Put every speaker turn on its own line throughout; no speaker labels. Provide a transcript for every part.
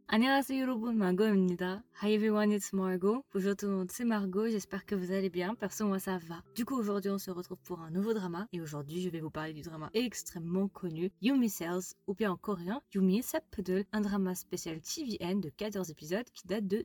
안녕하세요 여러분, Margot입니다. Hi everyone, it's Margot. Bonjour tout le monde, c'est Margot, j'espère que vous allez bien. Perso, moi ça va. Du coup, aujourd'hui on se retrouve pour un nouveau drama. Et aujourd'hui, je vais vous parler du drama extrêmement connu, Yumi Cells, ou bien en coréen, Yumi Seppedeul, un drama spécial TVN de 14 épisodes qui date de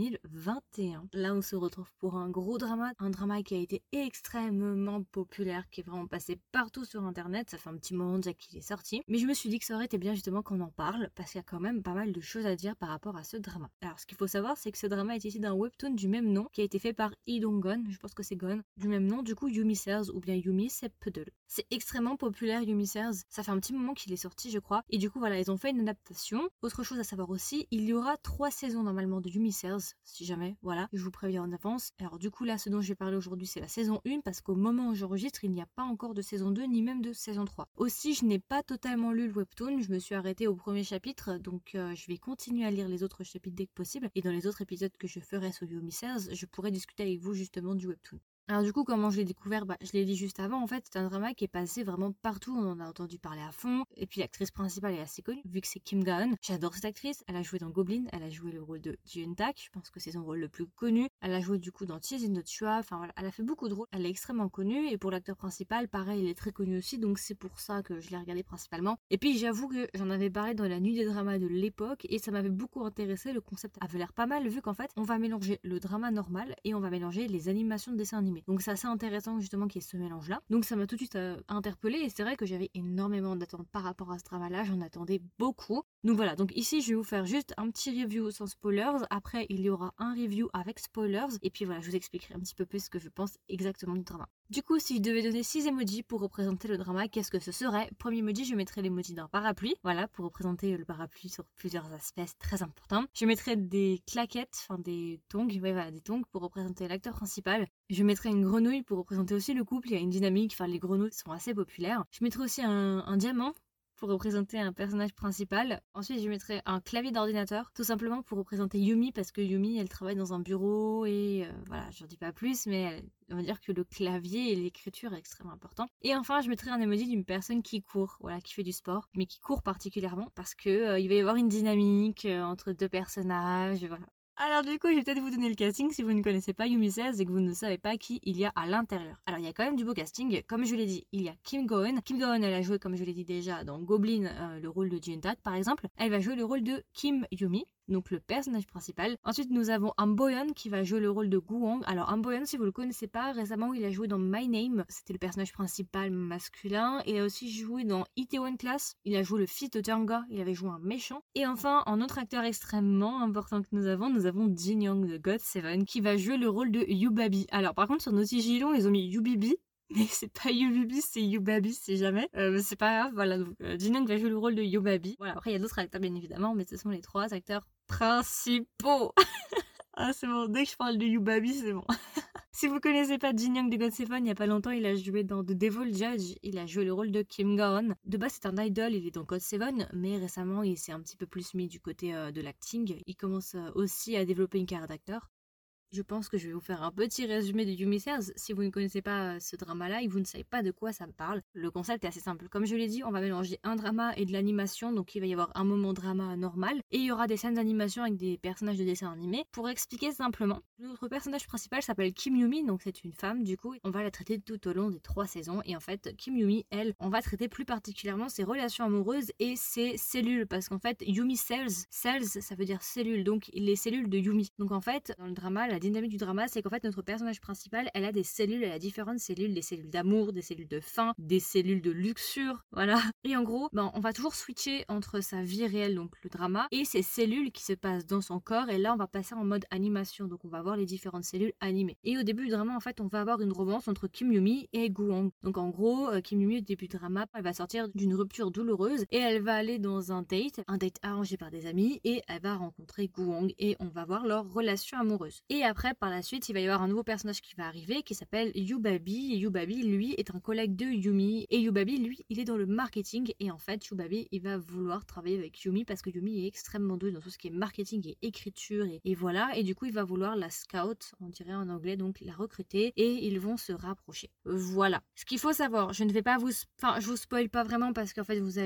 2021. Là, on se retrouve pour un gros drama, un drama qui a été extrêmement populaire, qui est vraiment passé partout sur internet. Ça fait un petit moment déjà qu'il est sorti. Mais je me suis dit que ça aurait été bien justement qu'on en parle, parce qu'il y a quand même pas mal de choses à dire par rapport à ce drama. Alors, ce qu'il faut savoir, c'est que ce drama est issu d'un webtoon du même nom qui a été fait par Lee Dong-gon, je pense que c'est Gon, du même nom, du coup Yumi Cells ou bien Yumi Seppedeul. C'est extrêmement populaire Yumi Cells, ça fait un petit moment qu'il est sorti je crois, et du coup voilà, ils ont fait une adaptation. Autre chose à savoir aussi, il y aura 3 saisons normalement de Yumi Cells, si jamais, voilà, je vous préviens en avance. Alors du coup là, ce dont je vais parler aujourd'hui, c'est la saison 1, parce qu'au moment où j'enregistre, il n'y a pas encore de saison 2, ni même de saison 3. Aussi, je n'ai pas totalement lu le webtoon, je me suis arrêtée au premier chapitre, donc je vais continuer à lire les autres chapitres dès que possible, et dans les autres épisodes que je ferai sur Yumi Cells, je pourrai discuter avec vous justement du webtoon. Alors du coup, comment je l'ai découvert, je l'ai dit juste avant, en fait, c'est un drama qui est passé vraiment partout, on en a entendu parler à fond, et puis l'actrice principale est assez connue, vu que c'est Kim Ga-eun. J'adore cette actrice, elle a joué dans Goblin, elle a joué le rôle de Ji-eun-tak, je pense que c'est son rôle le plus connu, elle a joué du coup dans Tears in the Chua, enfin voilà, elle a fait beaucoup de rôles, elle est extrêmement connue, et pour l'acteur principal, pareil, il est très connu aussi, donc c'est pour ça que je l'ai regardé principalement. Et puis j'avoue que j'en avais parlé dans la nuit des dramas de l'époque, et ça m'avait beaucoup intéressé, le concept avait l'air pas mal, vu qu'en fait, on va mélanger le drama normal, et on va mélanger les animations de dessins animés. Donc c'est assez intéressant justement qu'il y ait ce mélange là, donc ça m'a tout de suite interpellée, et c'est vrai que j'avais énormément d'attentes par rapport à ce drama là, j'en attendais beaucoup. Donc voilà, donc ici je vais vous faire juste un petit review sans spoilers, après il y aura un review avec spoilers, et puis voilà, je vous expliquerai un petit peu plus ce que je pense exactement du drama. Du coup, si je devais donner 6 emojis pour représenter le drama, qu'est-ce que ce serait? Premier emoji, je mettrais l'emoji d'un parapluie, voilà, pour représenter le parapluie sur plusieurs aspects, c'est très important. Je mettrais des claquettes, enfin des tongs, ouais voilà, des tongs pour représenter l'acteur principal. Je mettrais une grenouille pour représenter aussi le couple, il y a une dynamique, enfin les grenouilles sont assez populaires. Je mettrais aussi un diamant pour représenter un personnage principal. Ensuite, je mettrais un clavier d'ordinateur, tout simplement pour représenter Yumi, parce que Yumi, elle travaille dans un bureau et voilà, j'en dis pas plus, mais on va dire que le clavier et l'écriture est extrêmement important. Et enfin, je mettrais un emoji d'une personne qui court, voilà, qui fait du sport, mais qui court particulièrement, parce que il va y avoir une dynamique entre deux personnages, voilà. Alors du coup, je vais peut-être vous donner le casting si vous ne connaissez pas Yumi Cells et que vous ne savez pas qui il y a à l'intérieur. Alors il y a quand même du beau casting, comme je l'ai dit, il y a Kim Ga-eun. Kim Ga-eun, elle a joué, comme je l'ai dit déjà, dans Goblin, le rôle de Ji-eun-tak par exemple. Elle va jouer le rôle de Kim Yumi, donc le personnage principal. Ensuite, nous avons An Bo-yeon qui va jouer le rôle de Gu-won. Alors An Bo-yeon, si vous le connaissez pas, récemment il a joué dans My Name, c'était le personnage principal masculin. Il a aussi joué dans Itaewon Class, il a joué le fils de Jang-ga, il avait joué un méchant. Et enfin, un autre acteur extrêmement important que nous avons Jin Young de GOT7 qui va jouer le rôle de Yubabi. Alors par contre, sur nos Gilon, ils ont mis Yubibi. Mais c'est pas Yubibi, c'est Yubabi, si jamais. C'est pas grave, voilà. Donc, Jin Young va jouer le rôle de Yubabi. Voilà, après, il y a d'autres acteurs, bien évidemment, mais ce sont les 3 acteurs principaux. Ah, c'est bon, dès que je parle de Yubabi, c'est bon. Si vous connaissez pas Jin Young de GOT7, il y a pas longtemps, il a joué dans The Devil Judge. Il a joué le rôle de Kim Ga-eun. De base, c'est un idol, il est dans GOT7, mais récemment, il s'est un petit peu plus mis du côté de l'acting. Il commence aussi à développer une carrière d'acteur. Je pense que je vais vous faire un petit résumé de Yumi Cells. Si vous ne connaissez pas ce drama-là et que vous ne savez pas de quoi ça me parle, le concept est assez simple. Comme je l'ai dit, on va mélanger un drama et de l'animation, donc il va y avoir un moment drama normal, et il y aura des scènes d'animation avec des personnages de dessin animé. Pour expliquer simplement, notre personnage principal s'appelle Kim Yumi, donc c'est une femme du coup. On va la traiter tout au long des 3 saisons, et en fait, Kim Yumi, elle, on va traiter plus particulièrement ses relations amoureuses et ses cellules, parce qu'en fait, Yumi Cells, cells, ça veut dire cellules, donc les cellules de Yumi. Donc en fait, dans le drama, la dynamique du drama, c'est qu'en fait notre personnage principal, elle a des cellules, elle a différentes cellules, des cellules d'amour, des cellules de faim, des cellules de luxure, voilà. Et en gros, on va toujours switcher entre sa vie réelle, donc le drama, et ces cellules qui se passent dans son corps, et là on va passer en mode animation, donc on va voir les différentes cellules animées. Et au début du drama, en fait, on va avoir une romance entre Kim Yumi et Gu-won. Donc en gros, Kim Yumi au début du drama, elle va sortir d'une rupture douloureuse et elle va aller dans un date arrangé par des amis, et elle va rencontrer Gu-won et on va voir leur relation amoureuse. Et après, par la suite, il va y avoir un nouveau personnage qui va arriver qui s'appelle Yubabi. Et Yubabi, lui, est un collègue de Yumi. Et Yubabi, lui, il est dans le marketing. Et en fait, Yubabi, il va vouloir travailler avec Yumi parce que Yumi est extrêmement doué dans tout ce qui est marketing et écriture. Et voilà. Et du coup, il va vouloir la scout, on dirait en anglais, donc la recruter. Et ils vont se rapprocher. Voilà. Ce qu'il faut savoir, je ne vais pas vous... Enfin, je vous spoil pas vraiment parce qu'en fait, vous allez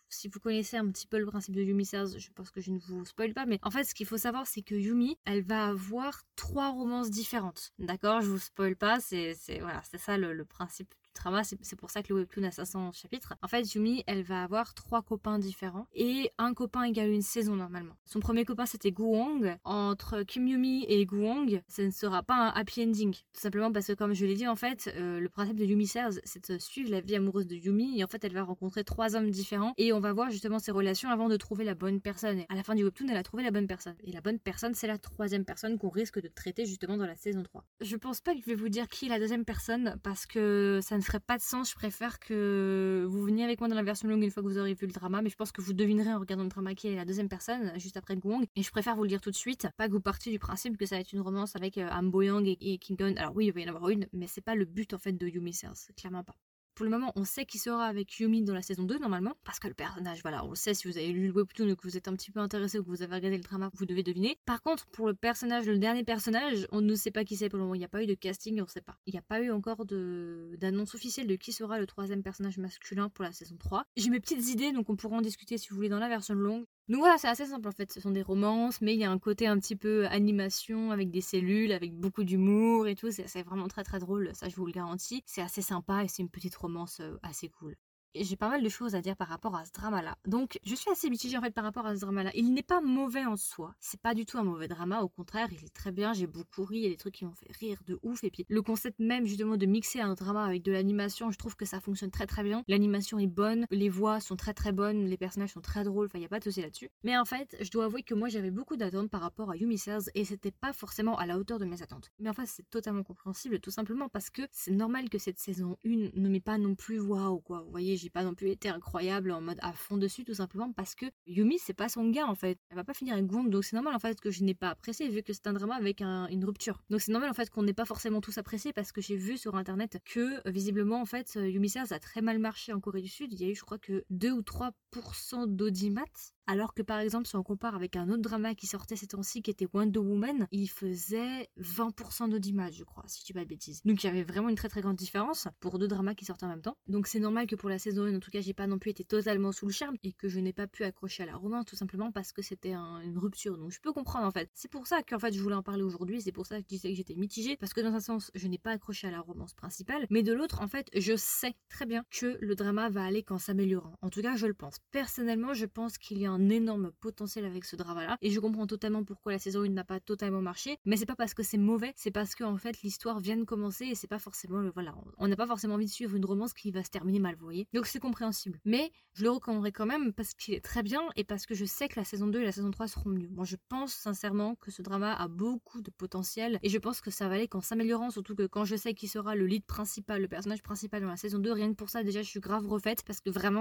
si vous connaissez un petit peu le principe de Yumi Stars, je pense que je ne vous spoil pas, mais en fait, ce qu'il faut savoir, c'est que Yumi, elle va avoir 3 romances différentes. D'accord, je vous spoil pas, c'est ça le principe du drama, c'est pour ça que le webtoon a 500 chapitres. En fait, Yumi, elle va avoir 3 copains différents et un copain égale une saison normalement. Son premier copain, c'était Guong. Entre Kim Yumi et Guong, ce ne sera pas un happy ending. Tout simplement parce que, comme je l'ai dit, en fait, le principe de Yumi Stars, c'est de suivre la vie amoureuse de Yumi et en fait, elle va rencontrer 3 hommes différents et on va voir justement ses relations avant de trouver la bonne personne. Et à la fin du webtoon, elle a trouvé la bonne personne. Et la bonne personne, c'est la 3e personne qu'on risque de traiter justement dans la saison 3. Je pense pas que je vais vous dire qui est la 2e personne parce que ça ne ferait pas de sens. Je préfère que vous veniez avec moi dans la version longue une fois que vous aurez vu le drama, mais je pense que vous devinerez en regardant le drama qui est la 2e personne juste après Guong. Et je préfère vous le dire tout de suite, pas que vous partiez du principe que ça va être une romance avec Am Boyoung et Kim Gun. Alors oui, il va y en avoir une, mais c'est pas le but en fait de Yumi Stars, clairement pas. Pour le moment, on sait qui sera avec Yumi dans la saison 2 normalement, parce que le personnage, voilà, on le sait, si vous avez lu le webtoon ou que vous êtes un petit peu intéressé ou que vous avez regardé le drama, vous devez deviner. Par contre, pour le personnage, le dernier personnage, on ne sait pas qui c'est pour le moment, il n'y a pas eu de casting, on ne sait pas. Il n'y a pas eu encore d'annonce officielle de qui sera le 3e personnage masculin pour la saison 3. J'ai mes petites idées, donc on pourra en discuter si vous voulez dans la version longue. Donc voilà, c'est assez simple en fait, ce sont des romances, mais il y a un côté un petit peu animation avec des cellules, avec beaucoup d'humour et tout, c'est vraiment très très drôle, ça je vous le garantis. C'est assez sympa et c'est une petite romance assez cool. Et j'ai pas mal de choses à dire par rapport à ce drama-là. Donc, je suis assez mitigée en fait par rapport à ce drama-là. Il n'est pas mauvais en soi. C'est pas du tout un mauvais drama. Au contraire, il est très bien. J'ai beaucoup ri. Il y a des trucs qui m'ont fait rire de ouf. Et puis, le concept même justement de mixer un drama avec de l'animation, je trouve que ça fonctionne très très bien. L'animation est bonne. Les voix sont très très bonnes. Les personnages sont très drôles. Enfin, il n'y a pas de souci là-dessus. Mais en fait, je dois avouer que moi, j'avais beaucoup d'attentes par rapport à Yumi Stars et c'était pas forcément à la hauteur de mes attentes. Mais en fait, c'est totalement compréhensible tout simplement parce que c'est normal que cette saison 1 ne m'ait pas non plus waouh quoi. Vous voyez, j'ai pas non plus été incroyable en mode à fond dessus tout simplement parce que Yumi c'est pas son gars en fait, elle va pas finir avec Guong donc c'est normal en fait que je n'ai pas apprécié vu que c'est un drama avec une rupture, donc c'est normal en fait qu'on n'ait pas forcément tous apprécié parce que j'ai vu sur internet que visiblement en fait Yumi Stars a très mal marché en Corée du Sud, il y a eu je crois que 2 ou 3% d'audimat. Alors que par exemple, si on compare avec un autre drama qui sortait ces temps-ci, qui était Wonder Woman, il faisait 20% d'audimat, je crois, si je dis pas de bêtises. Donc il y avait vraiment une très très grande différence pour 2 dramas qui sortaient en même temps. Donc c'est normal que pour la saison 1, en tout cas, j'ai pas non plus été totalement sous le charme et que je n'ai pas pu accrocher à la romance tout simplement parce que c'était une rupture. Donc je peux comprendre en fait. C'est pour ça qu'en fait je voulais en parler aujourd'hui, c'est pour ça que je disais que j'étais mitigée parce que dans un sens, je n'ai pas accroché à la romance principale, mais de l'autre, en fait, je sais très bien que le drama va aller qu'en s'améliorant. En tout cas, je le pense. Personnellement, je pense qu'il y a un énorme potentiel avec ce drama-là et je comprends totalement pourquoi la saison 1 n'a pas totalement marché, mais c'est pas parce que c'est mauvais, c'est parce que en fait l'histoire vient de commencer et c'est pas forcément voilà, on n'a pas forcément envie de suivre une romance qui va se terminer mal, vous voyez. Donc c'est compréhensible. Mais je le recommanderais quand même parce qu'il est très bien et parce que je sais que la saison 2 et la saison 3 seront mieux. Moi, je pense sincèrement que ce drama a beaucoup de potentiel et je pense que ça va aller qu'en s'améliorant, surtout que quand je sais qui sera le lead principal, le personnage principal dans la saison 2, rien que pour ça déjà je suis grave refaite parce que vraiment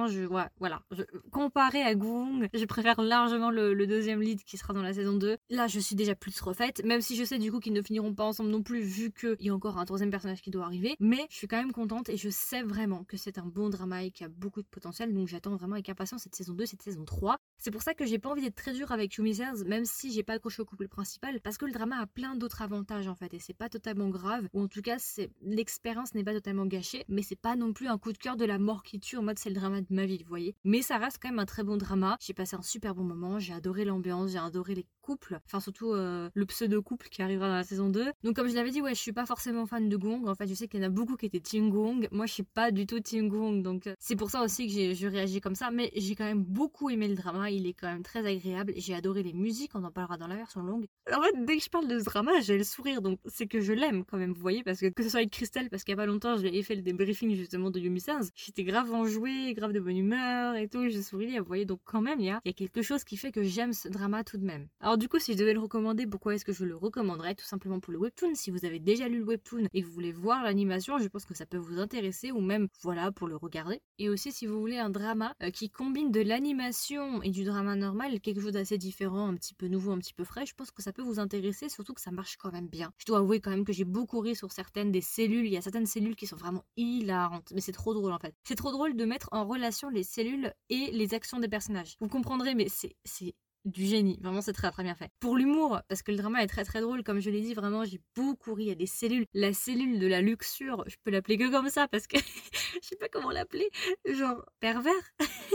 comparé à Gong, je préfère largement le deuxième lead qui sera dans la saison 2. Là, je suis déjà plus refaite, même si je sais du coup qu'ils ne finiront pas ensemble non plus vu qu'il y a encore un 3e personnage qui doit arriver, mais je suis quand même contente et je sais vraiment que c'est un bon drama et qu'il y a beaucoup de potentiel, donc j'attends vraiment avec impatience cette saison 2, cette saison 3. C'est pour ça que j'ai pas envie d'être très dure avec Yumi Stars, même si j'ai pas accroché au couple principal, parce que le drama a plein d'autres avantages en fait, et c'est pas totalement grave, ou en tout cas l'expérience n'est pas totalement gâchée, mais c'est pas non plus un coup de cœur de la mort qui tue en mode c'est le drama de ma vie, vous voyez. Mais ça reste quand même un très bon drama, j'ai passé un super bon moment, j'ai adoré l'ambiance, j'ai adoré les couples, enfin surtout le pseudo-couple qui arrivera dans la saison 2. Donc comme je l'avais dit, ouais, je suis pas forcément fan de Gong, en fait je sais qu'il y en a beaucoup qui étaient Team Gong, moi je suis pas du tout Team Gong, donc c'est pour ça aussi que je réagis comme ça, mais j'ai quand même beaucoup aimé le drama, il est quand même très agréable, j'ai adoré les musiques, on en parlera dans la version longue. En fait, dès que je parle de ce drama, j'ai le sourire, donc c'est que je l'aime quand même, vous voyez, parce que ce soit avec Christelle, parce qu'il y a pas longtemps, j'ai fait le débriefing justement de Yumi Stars, j'étais grave enjouée, grave de bonne humeur et tout, je souriais, vous voyez, donc quand même, il y a quelque chose qui fait que j'aime ce drama tout de même. Alors du coup, si je devais le recommander, pourquoi est-ce que je le recommanderais? Tout simplement pour le webtoon, si vous avez déjà lu le webtoon et que vous voulez voir l'animation, je pense que ça peut vous intéresser, ou même, voilà, pour le regarder. Et aussi, si vous voulez un drama qui combine de l'animation et du drama normal, quelque chose d'assez différent, un petit peu nouveau, un petit peu frais, je pense que ça peut vous intéresser, surtout que ça marche quand même bien. Je dois avouer quand même que j'ai beaucoup ri sur certaines des cellules, il y a certaines cellules qui sont vraiment hilarantes, mais c'est trop drôle en fait. C'est trop drôle de mettre en relation les cellules et les actions des personnages. Vous comprendrez, mais c'est du génie, vraiment c'est très très bien fait. Pour l'humour, parce que le drama est très très drôle, comme je l'ai dit, vraiment j'ai beaucoup ri, il y a des cellules, la cellule de la luxure, je peux l'appeler que comme ça parce que je sais pas comment l'appeler, genre pervers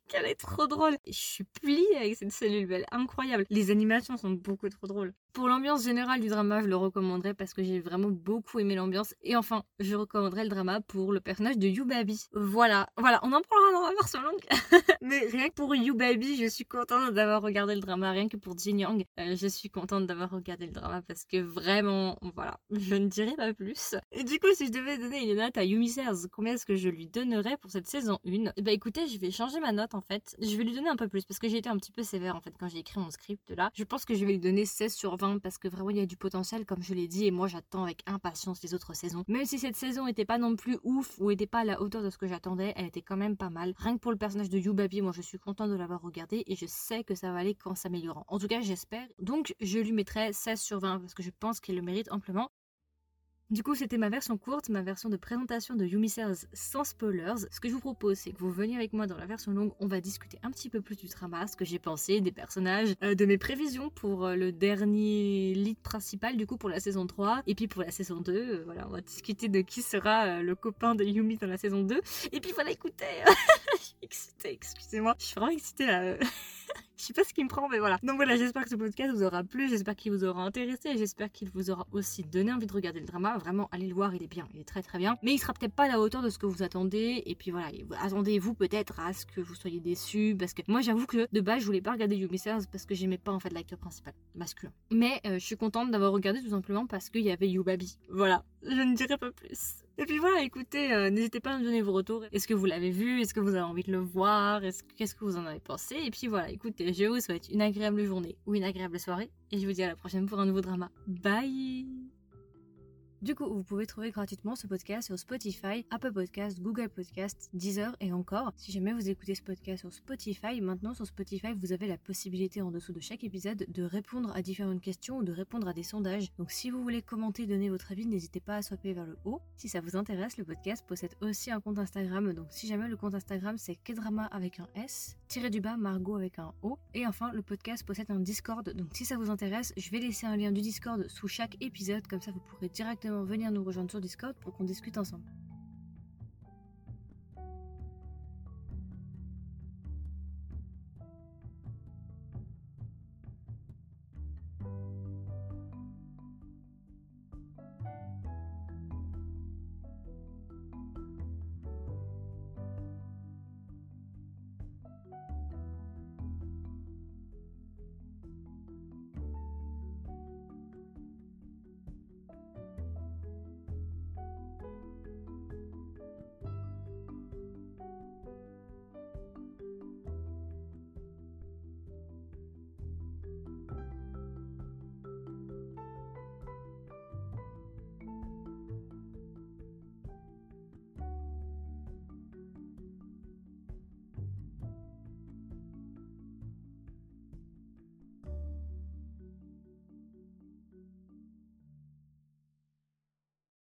qu'elle est trop drôle. Je suis pliée avec cette cellule, elle est incroyable. Les animations sont beaucoup trop drôles. Pour l'ambiance générale du drama, je le recommanderais parce que j'ai vraiment beaucoup aimé l'ambiance. Et enfin, je recommanderais le drama pour le personnage de Yubabi. Voilà, on en parlera dans la version longue. Mais rien que pour Yubabi, je suis contente d'avoir regardé le drama. Rien que pour Jin Young, je suis contente d'avoir regardé le drama parce que vraiment, voilà, je ne dirai pas plus. Et du coup, si je devais donner une note à Yumi Sers, combien est-ce que je lui donnerais pour cette saison 1? Bah écoutez, je vais changer ma note en fait. Je vais lui donner un peu plus parce que j'ai été un petit peu sévère en fait quand j'ai écrit mon script là. Je pense que je vais lui donner 16/20 parce que vraiment il y a du potentiel comme je l'ai dit et moi j'attends avec impatience les autres saisons. Même si cette saison était pas non plus ouf ou était pas à la hauteur de ce que j'attendais, elle était quand même pas mal. Rien que pour le personnage de Yubabi, moi je suis contente de l'avoir regardé et je sais que ça va aller qu'en s'améliorant. En tout cas j'espère. Donc je lui mettrai 16/20 parce que je pense qu'elle le mérite amplement. Du coup, c'était ma version courte, ma version de présentation de Yumi Sers sans spoilers. Ce que je vous propose, c'est que vous veniez avec moi dans la version longue. On va discuter un petit peu plus du drama, ce que j'ai pensé, des personnages, de mes prévisions pour le dernier lead principal, du coup, pour la saison 3. Et puis pour la saison 2, voilà, on va discuter de qui sera le copain de Yumi dans la saison 2. Et puis voilà, écoutez, je suis excitée, excusez-moi. Je suis vraiment excitée là. Je sais pas ce qui me prend, mais voilà. Donc voilà, j'espère que ce podcast vous aura plu, j'espère qu'il vous aura intéressé, j'espère qu'il vous aura aussi donné envie de regarder le drama. Vraiment, allez le voir, il est bien, il est très très bien. Mais il sera peut-être pas à la hauteur de ce que vous attendez. Et puis voilà, attendez-vous peut-être à ce que vous soyez déçus. Parce que moi, j'avoue que de base, je voulais pas regarder Yumi Sers parce que j'aimais pas en fait l'acteur principal masculin. Mais je suis contente d'avoir regardé tout simplement parce qu'il y avait Yubabi. Voilà, je ne dirai pas plus. Et puis voilà, écoutez, n'hésitez pas à me donner vos retours. Est-ce que vous l'avez vu? Est-ce que vous avez envie de le voir? Qu'est-ce que vous en avez pensé? Et puis voilà, écoutez, je vous souhaite une agréable journée ou une agréable soirée. Et je vous dis à la prochaine pour un nouveau drama. Bye! Du coup, vous pouvez trouver gratuitement ce podcast sur Spotify, Apple Podcasts, Google Podcasts, Deezer et encore. Si jamais vous écoutez ce podcast sur Spotify, maintenant sur Spotify, vous avez la possibilité en dessous de chaque épisode de répondre à différentes questions ou de répondre à des sondages. Donc si vous voulez commenter, donner votre avis, n'hésitez pas à swiper vers le haut. Si ça vous intéresse, le podcast possède aussi un compte Instagram. Donc si jamais le compte Instagram c'est Kedrama avec un S, tiré-du-bas Margot avec un O. Et enfin, le podcast possède un Discord. Donc si ça vous intéresse, je vais laisser un lien du Discord sous chaque épisode. Comme ça, vous pourrez directement venir nous rejoindre sur Discord pour qu'on discute ensemble.